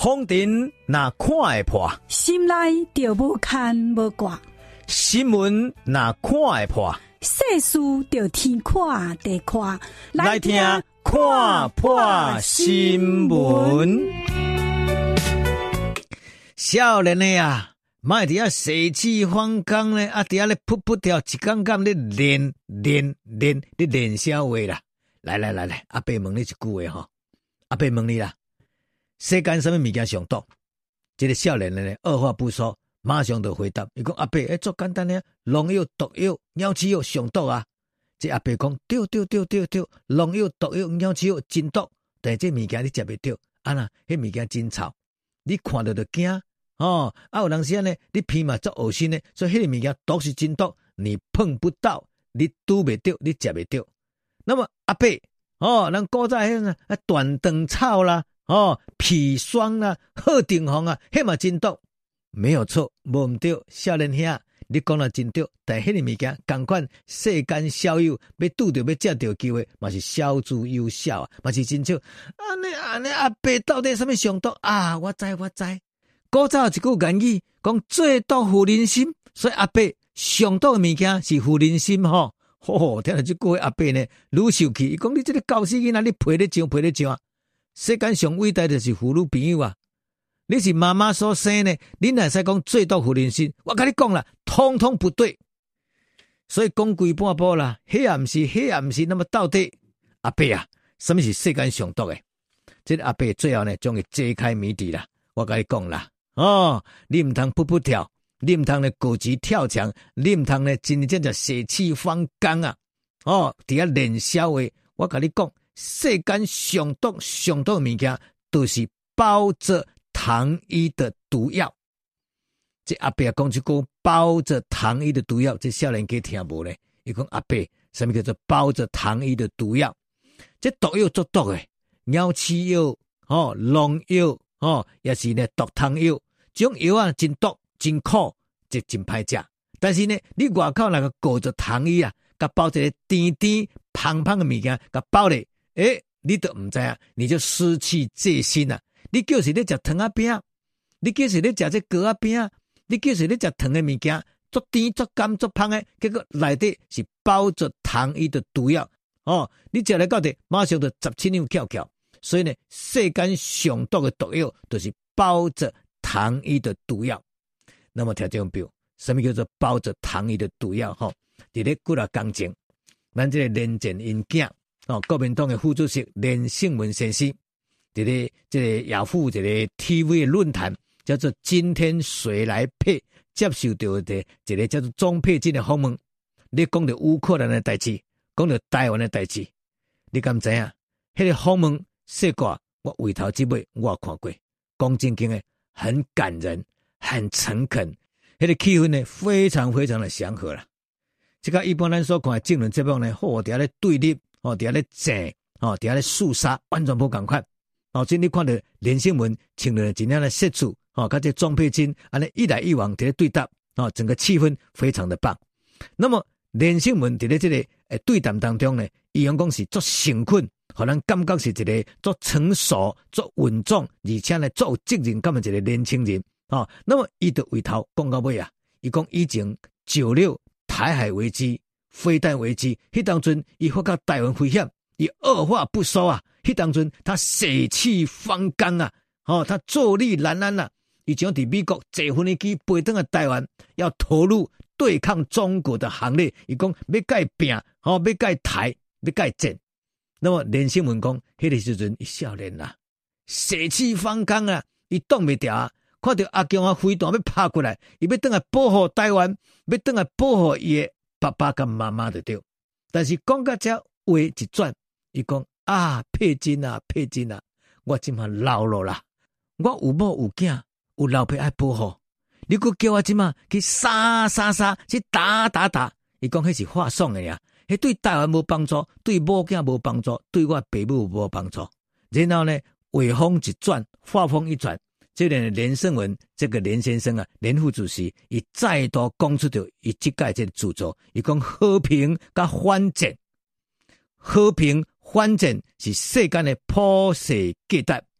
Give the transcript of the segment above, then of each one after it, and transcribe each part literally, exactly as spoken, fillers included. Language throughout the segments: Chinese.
风尘若看会破， 心内就无牵无挂； 新闻若看会破， 世事就天看地看。 来听看破新闻。少年的啊，莫伫遐血气方刚咧，啊伫遐咧噗噗跳，一竿竿咧练练练咧练啥话啦？来来来来，阿伯问你一句话吼，阿伯问你啦，世间什么物件上毒？这个少年呢，二话不说，马上就回答，伊讲阿伯，诶，足简单咧，农药、毒药、鸟鼠药上毒啊！这阿伯讲对对对对对，农药、毒药、鸟鼠药真毒，但这物件你食袂着，啊那，迄物件真臭，你看到就惊哦。啊有当时呢，你鼻嘛足恶心呢，所以迄个物件毒是真毒，你碰不到，你拄袂着，你食袂着。那么阿伯哦，咱古早迄个啊断肠草啦，哦砒霜啦、鹤顶红啊，迄嘛真毒，没有错，无毋对。少年兄，你讲了真对，但迄个物件同款，世间少有，要拄着要食着机会，嘛是少之又少啊，嘛是真少。安尼安尼阿伯到底什么上毒啊？我知我知，古早有一句谚语讲最毒妇人心，所以阿伯上毒的物件是妇人心吼。吼，听到这句话，阿伯呢愈受气，伊讲你这个教死囡仔，你陪咧上陪咧上啊！世间上伟大就是妇女朋友啊！你是妈妈所生的，你哪使讲最毒妇人心？我跟你讲啦，通通不对。所以讲归半步啦，迄也毋是，迄也毋是，那么到底阿伯啊，什么是世间上毒的？这个阿伯最后呢，将伊揭开谜底啦。我跟你讲啦，哦，你唔通噗噗跳。你唔通咧狗急跳墙，你唔通咧真正就血气方刚啊！哦，伫遐练笑话，我甲你讲，世间上毒上毒物件，都是包着糖衣的毒药。这阿伯讲一句包着糖衣的毒药，这少年家听无咧。伊讲阿伯，什么叫做包着糖衣的毒药？这毒药做毒诶，鸟鼠药、哦农药、哦也是呢毒汤药，这种药啊真毒。真苦，这真歹食。但是呢，你外口那个裹着糖衣啊，甲包一个甜甜胖胖的物件，甲包咧，诶，你都唔知啊，你就失去戒心啊。你就是咧食糖仔饼，你就是咧食这糕仔饼，你就是咧食糖的物件，足甜足甘足胖的，结果内底是包着糖衣的毒药哦。你食来到底，马上就十七扭翘翘。所以呢，世间上毒的毒药，就是包着糖衣的毒药。那么听众朋友，什么叫做包着糖衣的毒药？吼，伫咧几啊工前，咱这个连战因囝哦，国民党的副主席连胜文先生，伫咧这个雅虎一个 T V 的论坛，叫做“今天谁来配”，接受到的一个叫做庄佩金的访问，你讲到乌克兰的代志，讲到台湾的代志，你敢知影？迄个访问说过，我回头之尾我看过，讲正经的，很感人。很诚恳，那个气氛呢，非常非常的祥和了。这个一般咱所看的政论节目呢，哦，底下咧对立，哦，底下咧争，哦，底下咧厮杀，完全不同款。哦，今你看到连胜文请了怎样的设置，哦，跟这庄佩金安尼一来一往伫咧对答，哦，整个气氛非常的棒。那么连胜文伫咧这个诶对谈当中呢，伊用讲是做诚恳，互人感觉是一个做成熟、做稳重，而且呢做有责任感的一个年轻人。哦，那么伊就回头讲到尾啊，伊讲以前九六台海危机、飞弹危机，迄当阵伊发觉台湾危险，伊二话不说啊，迄当阵他血气方刚啊，哦，他坐立难安啊，伊将伫美国坐飞机飞登来台湾，要投入对抗中国的行列，伊讲要甲伊拼，哦，要甲伊台，要甲伊战。那么连胜文讲，迄个时阵伊少年啊，血气方刚啊，伊挡袂牢啊。看到阿强啊飞弹要拍过来，伊要转来保护台湾，要转来保护伊的爸爸跟妈妈就对。但是讲到这话一转，伊讲啊，佩金啊，佩金啊，我今嘛老了啦，我有某有囝，有老婆爱保护，你佫叫我今嘛去杀杀杀，去打打打，伊讲迄是话爽的呀，迄对台湾无帮助，对某囝无帮助，对我爸母无帮助。然后呢，话锋一转，话锋一转。这个连胜文这个连先生啊，连副主席，伊再度讲出着伊即届这个著作，伊讲和平甲反战，和平反战是世间的普世价值。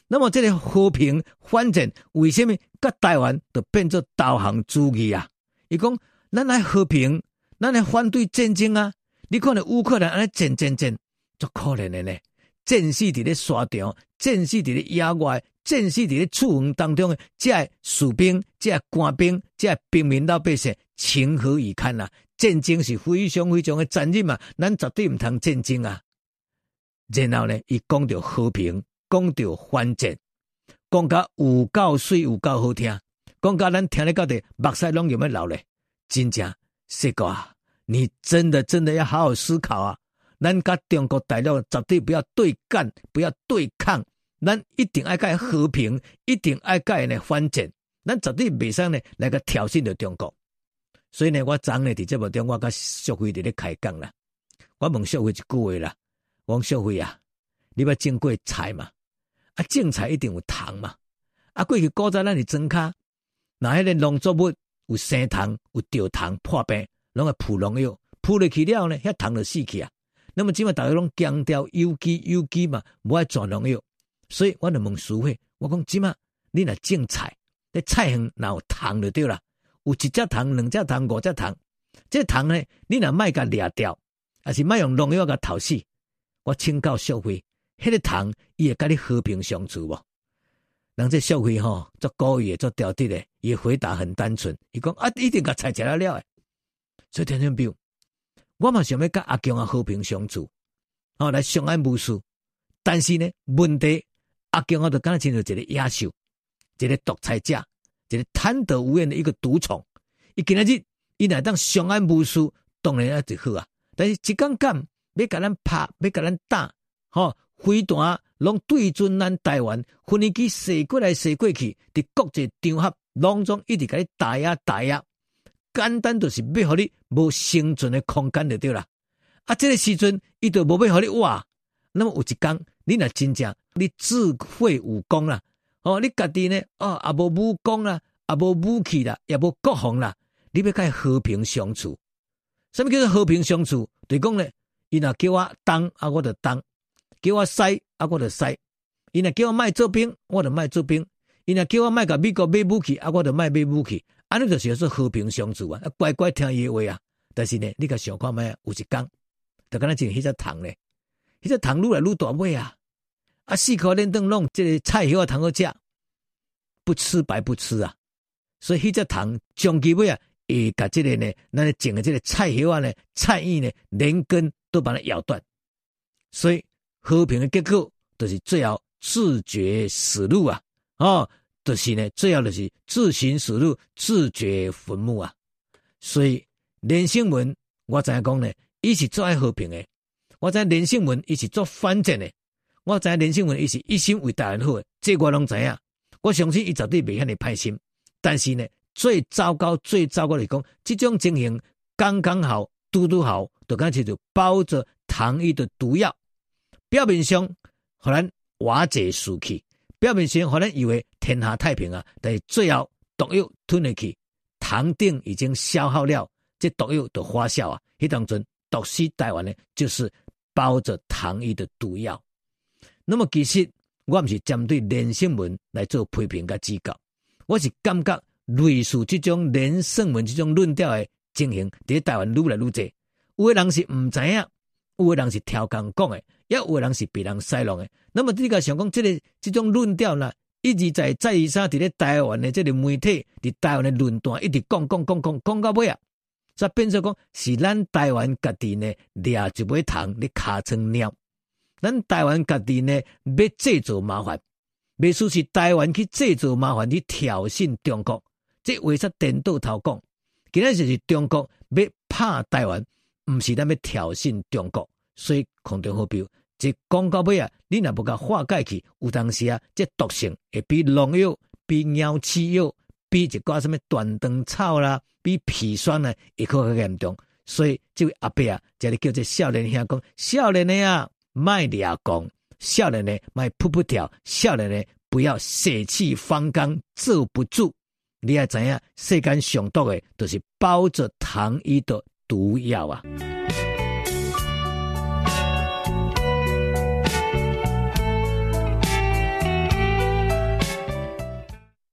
那么这个和平反战为什么甲台湾就变做导航主义啊？伊讲咱来和平，咱来反对战争啊！你看到乌克兰安尼战战战，足可怜的呢。战死伫咧沙场，战死伫咧野外，战死伫咧厝园当中的这士兵、这官兵、这平民老百姓，情何以堪啊！战争是非常非常的残忍啊，咱绝对唔通战争啊！然后呢，伊讲到和平，讲到反战，讲甲有够水，有够好听，讲甲咱听咧到底目屎拢有要流咧，真正世哥啊！你真的真的要好好思考啊！咱甲中国大陆绝对不要对干，不要对抗，咱一定爱甲和平，一定爱甲呢反战，咱绝对袂使呢来个挑衅到中国。所以呢，我昨呢伫节目中，我甲社会伫咧开讲啦，我问社会一句话啦，我讲社会啊，你要种过菜嘛？啊，种菜一定有虫嘛？啊，过去古早咱是庄骹，那迄个农作物有生虫、有掉虫、破病。拢会扑农药，扑落去了呢，遐虫就死去啊。那么即马大家拢强调有机有机嘛，无爱抓农药，所以我就问师傅，我讲即马你若种菜，你菜园若有虫就对啦，有一只虫、两只虫、五只虫，这虫呢，你若莫甲掠掉，还是莫用农药甲投死，我请教社会，迄个虫伊会甲你和平相处无？人这社会吼，做故意做调滴的，伊回答很单纯，伊讲啊，一定甲菜食了了诶。所以听众朋友，我嘛想要甲阿强啊和平相处，哦来相安无事。但是呢，问题阿强啊就敢若亲像一个野兽，一个独裁者，一个贪得无厌的一个独宠。伊今仔日伊若当相安无事，当然啊就好啊。但是一天间要甲咱拍，要甲咱打，吼、哦、飞弹拢对准咱台湾，飞机射过来射过去，伫国际场合拢总一直甲你打压打压。简单就是要互你无生存的空间就对啦。啊，这个时阵伊就无要互你活。那么有一天，你若真正你自废武功啦，哦，你家己呢，哦，也无武功啦，也无武器啦，也无国防啦，你要甲和平相处。什么叫做和平相处？就是讲呢，伊若叫我东啊，我就东；叫我西啊，我就西；伊若叫我卖做兵，我就卖做兵；伊若叫我卖甲美国买武器啊，我就卖买武器。安尼就是说和平相处啊，乖乖听伊的话啊。但是呢，你甲想看卖啊，有一天，就敢若像迄只虫咧，迄只虫愈来愈大尾啊，啊四颗连灯拢这个菜叶啊通好食，不吃白不吃啊。所以迄只虫终其尾啊，会甲这个呢，咱种的这个菜叶啊呢，菜叶呢，连根都把它咬断。所以和平的结果，就是最后自绝死路啊，哦。就是呢，最后就是自寻死路，自掘坟墓啊！所以连胜文，我知影讲呢，伊是做爱和平的；我知连胜文，伊是做反战的；我知连胜文，伊是一心为台湾好的。这我拢知影。我相信伊绝对袂遐尼歹心。但是呢，最糟糕、最糟糕的是讲，这种情形刚刚好、拄拄好，就敢就就包着糖衣的毒药，表面上互咱瓦解士气。表面上可能以为天下太平啊，但是最后毒药吞下去，糖锭已经消耗了，这毒药就发酵啊。迄当中毒死台湾呢，就是包着糖衣的毒药。那么其实我不是针对连胜文来做批评甲指教，我是感觉类似这种连胜文这种论调的情形，在台湾愈来愈多。有的人是唔知影，有的人是挑工讲的。也有的人是别人塞弄的，那么你个想讲这个这种论调呢，一直在在于啥？伫咧台湾的这个媒体，伫台湾的论断，一直讲讲讲讲讲到尾啊，所以变成讲是咱台湾家己呢掠一尾虫咧尻川鸟，咱台湾家己呢要制造麻烦，袂输是台湾去制造麻烦去挑衅中国，这话说颠倒头讲，今仔就是中国要拍台湾，唔是咱要挑衅中国。所以空中好标，这讲到尾啊，你若无甲化解去，有当时啊，这毒性会比农药、比鸟鼠药、比一个什么断肠草啦、比砒霜呢，会更加严重。所以这位阿伯啊，这里叫这少年兄讲，少年的啊，卖俩讲，少年的卖扑扑跳，少年的不要血气方刚，坐不住。你也知影，世间上毒的，就是包着糖衣的毒药啊。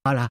好啦，